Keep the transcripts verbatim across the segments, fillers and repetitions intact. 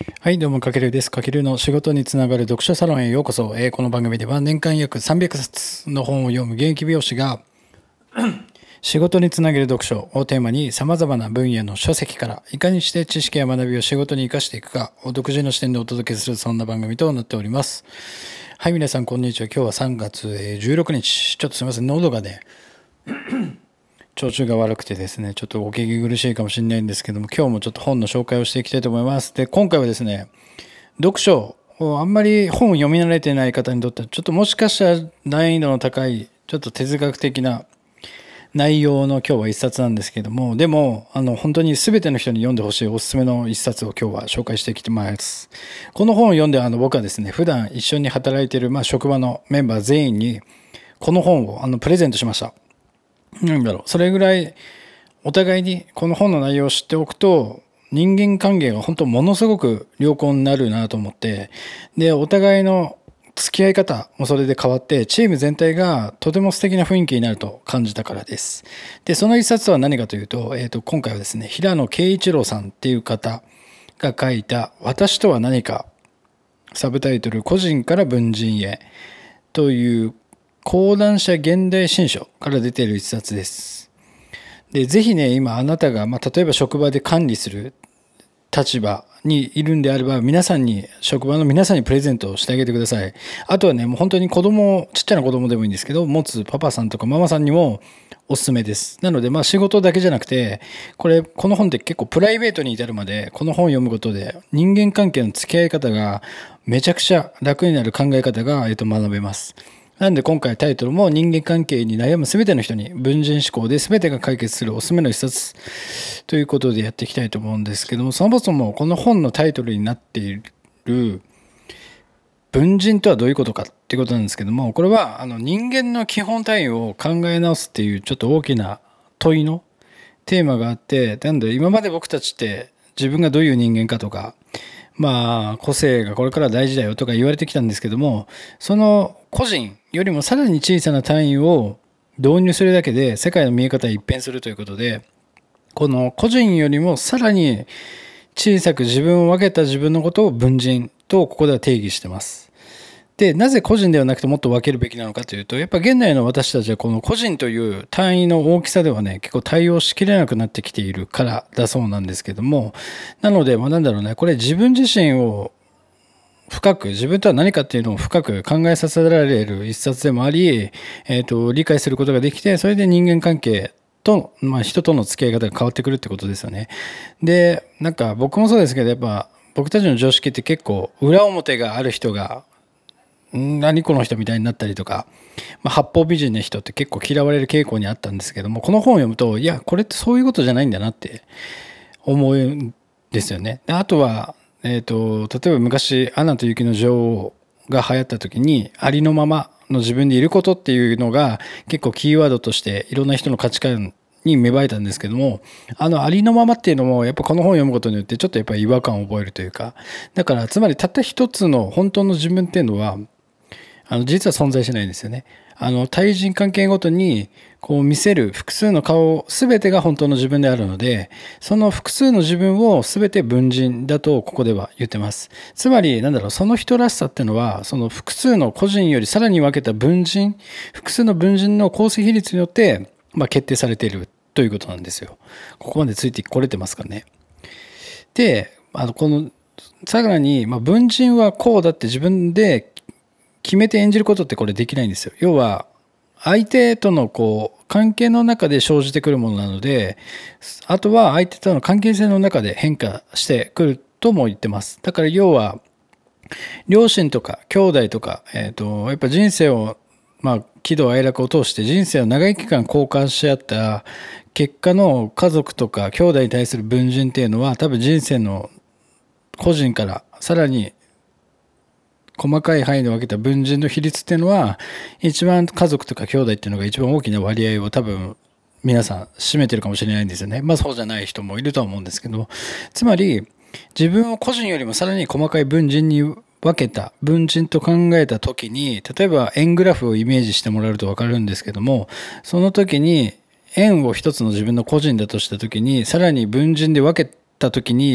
はい、どうも、かけるです。かけるの仕事につながる読書サロンへようこそ。えーこの番組では年間約さんびゃくさつの本を読む現役美容師が仕事につなげる読書をテーマに様々な分野の書籍からいかにして知識や学びを仕事に生かしていくかを独自の視点でお届けするそんな番組となっております。はい、皆さんこんにちは。今日はさんがつじゅうろくにち。ちょっとすみません。喉がね、調子が悪くてですね、ちょっとお聞き苦しいかもしれないんですけども、今日もちょっと本の紹介をしていきたいと思います。で、今回はですね、読書をあんまり本を読み慣れていない方にとっては、ちょっともしかしたら難易度の高い、ちょっと哲学的な内容の今日は一冊なんですけども、でも、あの、本当に全ての人に読んでほしいおすすめの一冊を今日は紹介してきてます。この本を読んで、あの、僕はですね、普段一緒に働いている、まあ、職場のメンバー全員に、この本をあのプレゼントしました。なんだろう、それぐらいお互いにこの本の内容を知っておくと、人間関係が本当ものすごく良好になるなと思って、で、お互いの付き合い方もそれで変わって、チーム全体がとても素敵な雰囲気になると感じたからです。で、その一冊は何かというと、えっと、今回はですね、平野啓一郎さんっていう方が書いた、私とは何か、サブタイトル、個人から文人へという講談社現代新書から出ている一冊です。で、ぜひね、今あなたが、まあ、例えば職場で管理する立場にいるんであれば、皆さんに、職場の皆さんにプレゼントをしてあげてください。あとはね、もう本当に子供、ちっちゃな子供でもいいんですけど、持つパパさんとかママさんにもおすすめです。なので、まあ仕事だけじゃなくて、これ、この本って結構プライベートに至るまで、この本を読むことで、人間関係の付き合い方がめちゃくちゃ楽になる考え方が、えっと、学べます。なんで今回タイトルも人間関係に悩むすべての人に文人思考で全てが解決するおすすめの一冊ということでやっていきたいと思うんですけども、そもそもこの本のタイトルになっている文人とはどういうことかっていうことなんですけども、これはあの人間の基本単位を考え直すっていうちょっと大きな問いのテーマがあって、なんで今まで僕たちって自分がどういう人間かとか、まあ個性がこれから大事だよとか言われてきたんですけども、その個人よりもさらに小さな単位を導入するだけで世界の見え方が一変するということで、この個人よりもさらに小さく自分を分けた自分のことを文人とここでは定義してます。で、なぜ個人ではなくてもっと分けるべきなのかというと、やっぱ現代の私たちはこの個人という単位の大きさではね、結構対応しきれなくなってきているからだそうなんですけども、なので、まあなんだろうね、これ自分自身を深く、自分とは何かっていうのを深く考えさせられる一冊でもあり、えっと、理解することができて、それで人間関係と、まあ人との付き合い方が変わってくるってことですよね。で、なんか僕もそうですけど、やっぱ僕たちの常識って結構裏表がある人が何この人みたいになったりとか、まあ、八方美人な人って結構嫌われる傾向にあったんですけども、この本を読むと、いや、これってそういうことじゃないんだなって思うんですよね。あとは、えっと、例えば昔、アナと雪の女王が流行った時に、ありのままの自分でいることっていうのが結構キーワードとしていろんな人の価値観に芽生えたんですけども、あのありのままっていうのもやっぱこの本を読むことによってちょっとやっぱり違和感を覚えるというか、だからつまりたった一つの本当の自分っていうのはあの実は存在しないんですよね。あの対人関係ごとにこう見せる複数の顔全てが本当の自分であるので、その複数の自分を全て文人だとここでは言ってます。つまりなんだろう、その人らしさっていうのはその複数の個人よりさらに分けた文人、複数の文人の構成比率によってまあ決定されているということなんですよ。ここまでついてこれてますかね。で、あのこのさらに、まあ、文人はこうだって自分で決めて演じることってこれできないんですよ。要は相手とのこう関係の中で生じてくるものなので、あとは相手との関係性の中で変化してくるとも言ってます。だから要は両親とか兄弟とか、えっとやっぱ人生をまあ喜怒哀楽を通して人生を長い期間交換し合った結果の家族とか兄弟に対する文人っていうのは多分人生の個人からさらに細かい範囲で分けた文人の比率っていうのは一番家族とか兄弟っていうのが一番大きな割合を多分皆さん占めてるかもしれないんですよね。まあそうじゃない人もいるとは思うんですけど、つまり自分を個人よりもさらに細かい文人に分けた文人と考えた時に、例えば円グラフをイメージしてもらえると分かるんですけども、その時に円を一つの自分の個人だとした時にさらに文人で分けた時に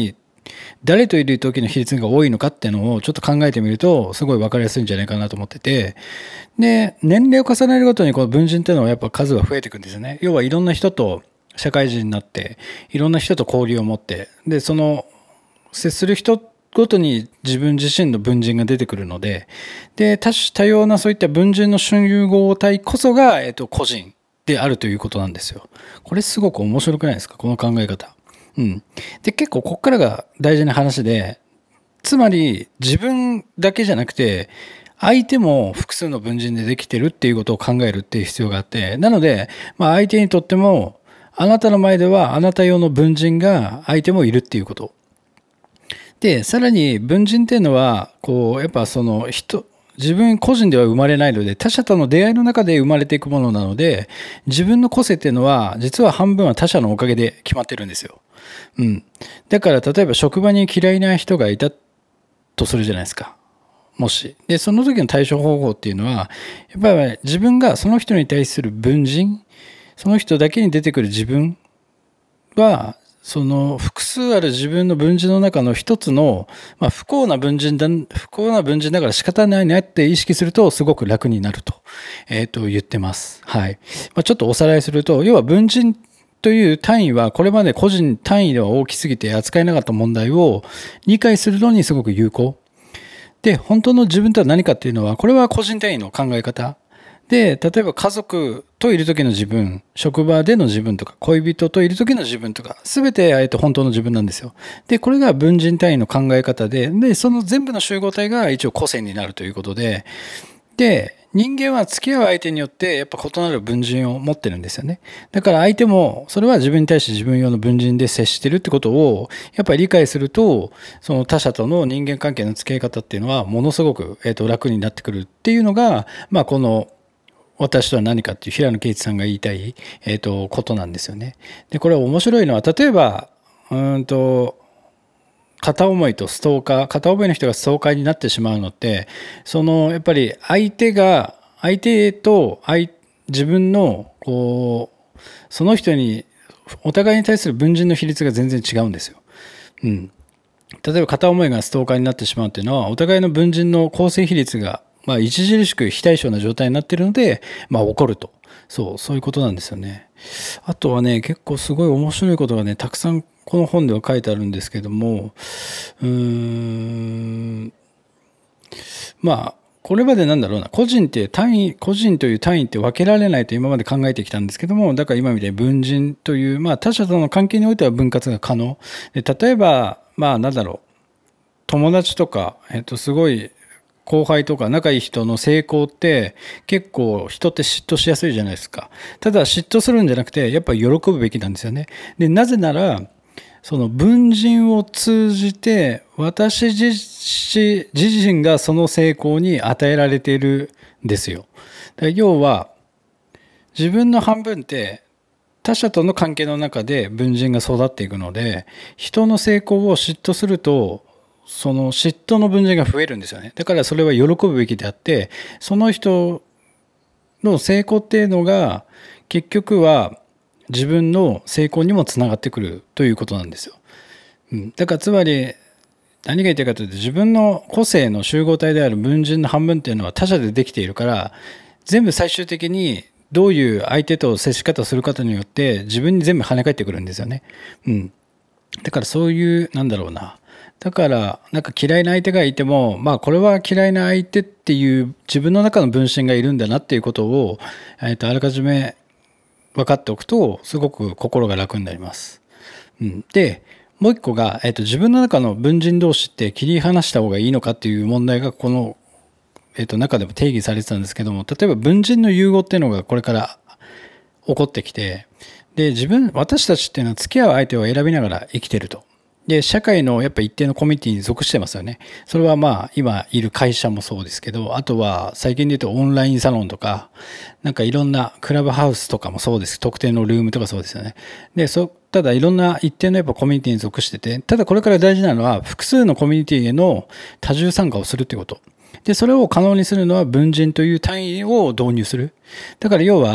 誰といる時の比率が多いのかっていうのをちょっと考えてみると、すごい分かりやすいんじゃないかなと思ってて、で、年齢を重ねるごとにこの文人っていうのはやっぱ数は増えていくんですよね。要はいろんな人と社会人になって、いろんな人と交流を持って、で、その接する人ごとに自分自身の文人が出てくるので、で、多種多様なそういった文人の集合体こそが、えっと、個人であるということなんですよ。これすごく面白くないですか、この考え方。うん。で、結構ここからが大事な話で、つまり自分だけじゃなくて、相手も複数の文人でできてるっていうことを考えるっていう必要があって、なので、まあ相手にとっても、あなたの前ではあなた用の文人が相手もいるっていうこと。で、さらに文人っていうのは、こう、やっぱその人、自分個人では生まれないので、他者との出会いの中で生まれていくものなので、自分の個性っていうのは、実は半分は他者のおかげで決まってるんですよ。うん。だから、例えば職場に嫌いな人がいたとするじゃないですか。もし。で、その時の対処方法っていうのは、やっぱり自分がその人に対する文人、その人だけに出てくる自分は、その複数ある自分の文人の中の一つの、まあ、不幸な文人だ、不幸な文人だから仕方ないねって意識するとすごく楽になると、えっと言ってます。はい。まあ、ちょっとおさらいすると、要は文人という単位はこれまで個人単位では大きすぎて扱えなかった問題を理解するのにすごく有効。で、本当の自分とは何かっていうのは、これは個人単位の考え方。で、例えば家族といる時の自分、職場での自分とか、恋人といる時の自分とか、すべて、えっと、本当の自分なんですよ。で、これが文人単位の考え方で、で、その全部の集合体が一応個性になるということで、で、人間は付き合う相手によってやっぱ異なる文人を持ってるんですよね。だから相手もそれは自分に対して自分用の文人で接してるってことをやっぱり理解すると、その他者との人間関係の付き合い方っていうのはものすごく、えー、と楽になってくるっていうのが、まあこの私とは何かっていう平野啓一さんが言いたい、えー、とことなんですよね。で、これ面白いのは、例えば、うーんと、片思いとストーカー、片思いの人がストーカーになってしまうのって、そのやっぱり相手が、相手と相自分のこうその人にお互いに対する文人の比率が全然違うんですよ。うん。例えば片思いがストーカーになってしまうっていうのは、お互いの文人の構成比率がまあ著しく非対称な状態になっているので、まあ起こると。そう、そういうことなんですよね。あとはね、結構すごい面白いことがね、たくさんこの本では書いてあるんですけども、うーん、まあ、これまでなんだろうな、個人って単位、個人という単位って分けられないと今まで考えてきたんですけども、だから今みたいに文人という、まあ他者との関係においては分割が可能。で、例えば、まあなんだろう、友達とか、えっと、すごい後輩とか仲いい人の成功って結構人って嫉妬しやすいじゃないですか。ただ嫉妬するんじゃなくてやっぱり喜ぶべきなんですよね。で、なぜならその文人を通じて私自身自身がその成功に与えられているんですよ。だから要は自分の半分って他者との関係の中で文人が育っていくので、人の成功を嫉妬するとその嫉妬の文人が増えるんですよね。だからそれは喜ぶべきであって、その人の成功っていうのが結局は自分の成功にもつながってくるということなんですよ。うん、だからつまり何が言いたいかというと、自分の個性の集合体である文人の半分っていうのは他者でできているから、全部最終的にどういう相手と接し方をするかによって自分に全部跳ね返ってくるんですよね。うん。だからそういう、なんだろうな。だから、なんか嫌いな相手がいても、まあこれは嫌いな相手っていう自分の中の分身がいるんだなっていうことを、えっと、あらかじめ分かっておくと、すごく心が楽になります。うん。で、もう一個が、えっと、自分の中の文人同士って切り離した方がいいのかっていう問題が、この、えっと、中でも定義されてたんですけども、例えば文人の融合っていうのがこれから起こってきて、で、自分、私たちっていうのは付き合う相手を選びながら生きてると。で、社会のやっぱ一定のコミュニティに属してますよね。それはまあ、今いる会社もそうですけど、あとは最近で言うとオンラインサロンとか、なんかいろんなクラブハウスとかもそうです。特定のルームとかそうですよね。で、そ、ただいろんな一定のやっぱコミュニティに属してて、ただこれから大事なのは複数のコミュニティへの多重参加をするっていうこと。で、それを可能にするのは文人という単位を導入する。だから要は、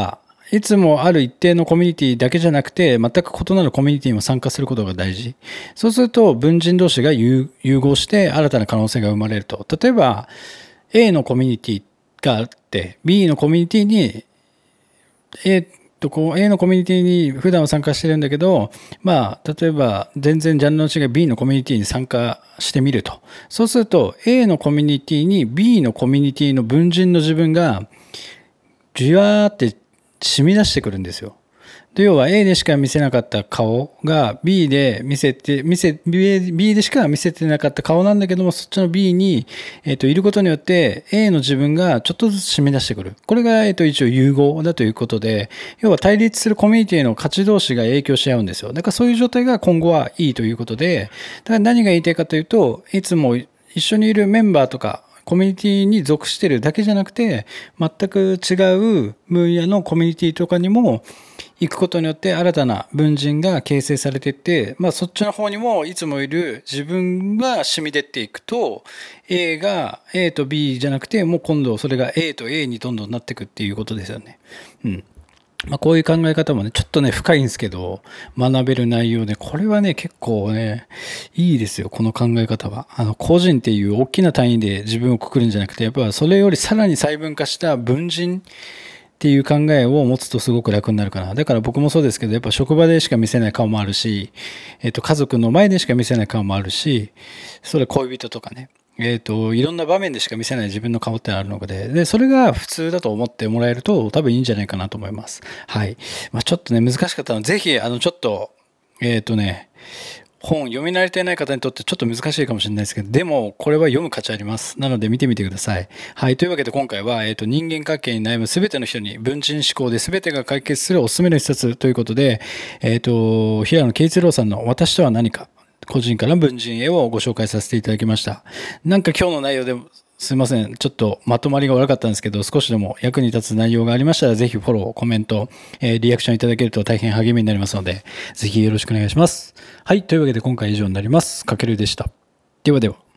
いつもある一定のコミュニティだけじゃなくて、全く異なるコミュニティにも参加することが大事。そうすると、文人同士が融合して新たな可能性が生まれると。例えば、A のコミュニティがあって、B のコミュニティに、A とこう A のコミュニティに普段は参加してるんだけど、まあ、例えば全然ジャンルの違い B のコミュニティに参加してみると。そうすると A のコミュニティに B のコミュニティの文人の自分がじわーって染み出してくるんですよ。で、要は A でしか見せなかった顔が B で見せて、見せ、B でしか見せてなかった顔なんだけども、そっちの B に、えっと、いることによって A の自分がちょっとずつ染み出してくる。これが、えっと、一応融合だということで、要は対立するコミュニティの価値同士が影響し合うんですよ。だからそういう状態が今後はいいということで、だから何が言いたいかというと、いつも一緒にいるメンバーとか、コミュニティに属してるだけじゃなくて、全く違う分野のコミュニティとかにも行くことによって新たな文人が形成されていって、まあそっちの方にもいつもいる自分が染み出っていくと、A が A と B じゃなくて、もう今度それが A と A にどんどんなっていくっていうことですよね。うん。まあこういう考え方もね、ちょっとね、深いんですけど、学べる内容で、これはね、結構ね、いいですよ、この考え方は。あの、個人っていう大きな単位で自分をくくるんじゃなくて、やっぱそれよりさらに細分化した文人っていう考えを持つとすごく楽になるかな。だから僕もそうですけど、やっぱ職場でしか見せない顔もあるし、えっと、家族の前でしか見せない顔もあるし、それ恋人とかね。えっと、いろんな場面でしか見せない自分の顔ってあるので、で、それが普通だと思ってもらえると多分いいんじゃないかなと思います。はい。まあちょっとね、難しかったので、ぜひ、あの、ちょっと、えっとね、本読み慣れていない方にとってちょっと難しいかもしれないですけど、でもこれは読む価値あります。なので見てみてください。はい。というわけで今回は、えっと、人間関係に悩むすべての人に文人思考で全てが解決するおすすめの一冊ということで、えっと、平野啓一郎さんの私とは何か、個人から文人へをご紹介させていただきました。なんか今日の内容でも、すいません。ちょっとまとまりが悪かったんですけど、少しでも役に立つ内容がありましたら、ぜひフォロー、コメント、えーリアクションいただけると大変励みになりますので、ぜひよろしくお願いします。はい。というわけで今回以上になります。かけるでした。ではでは。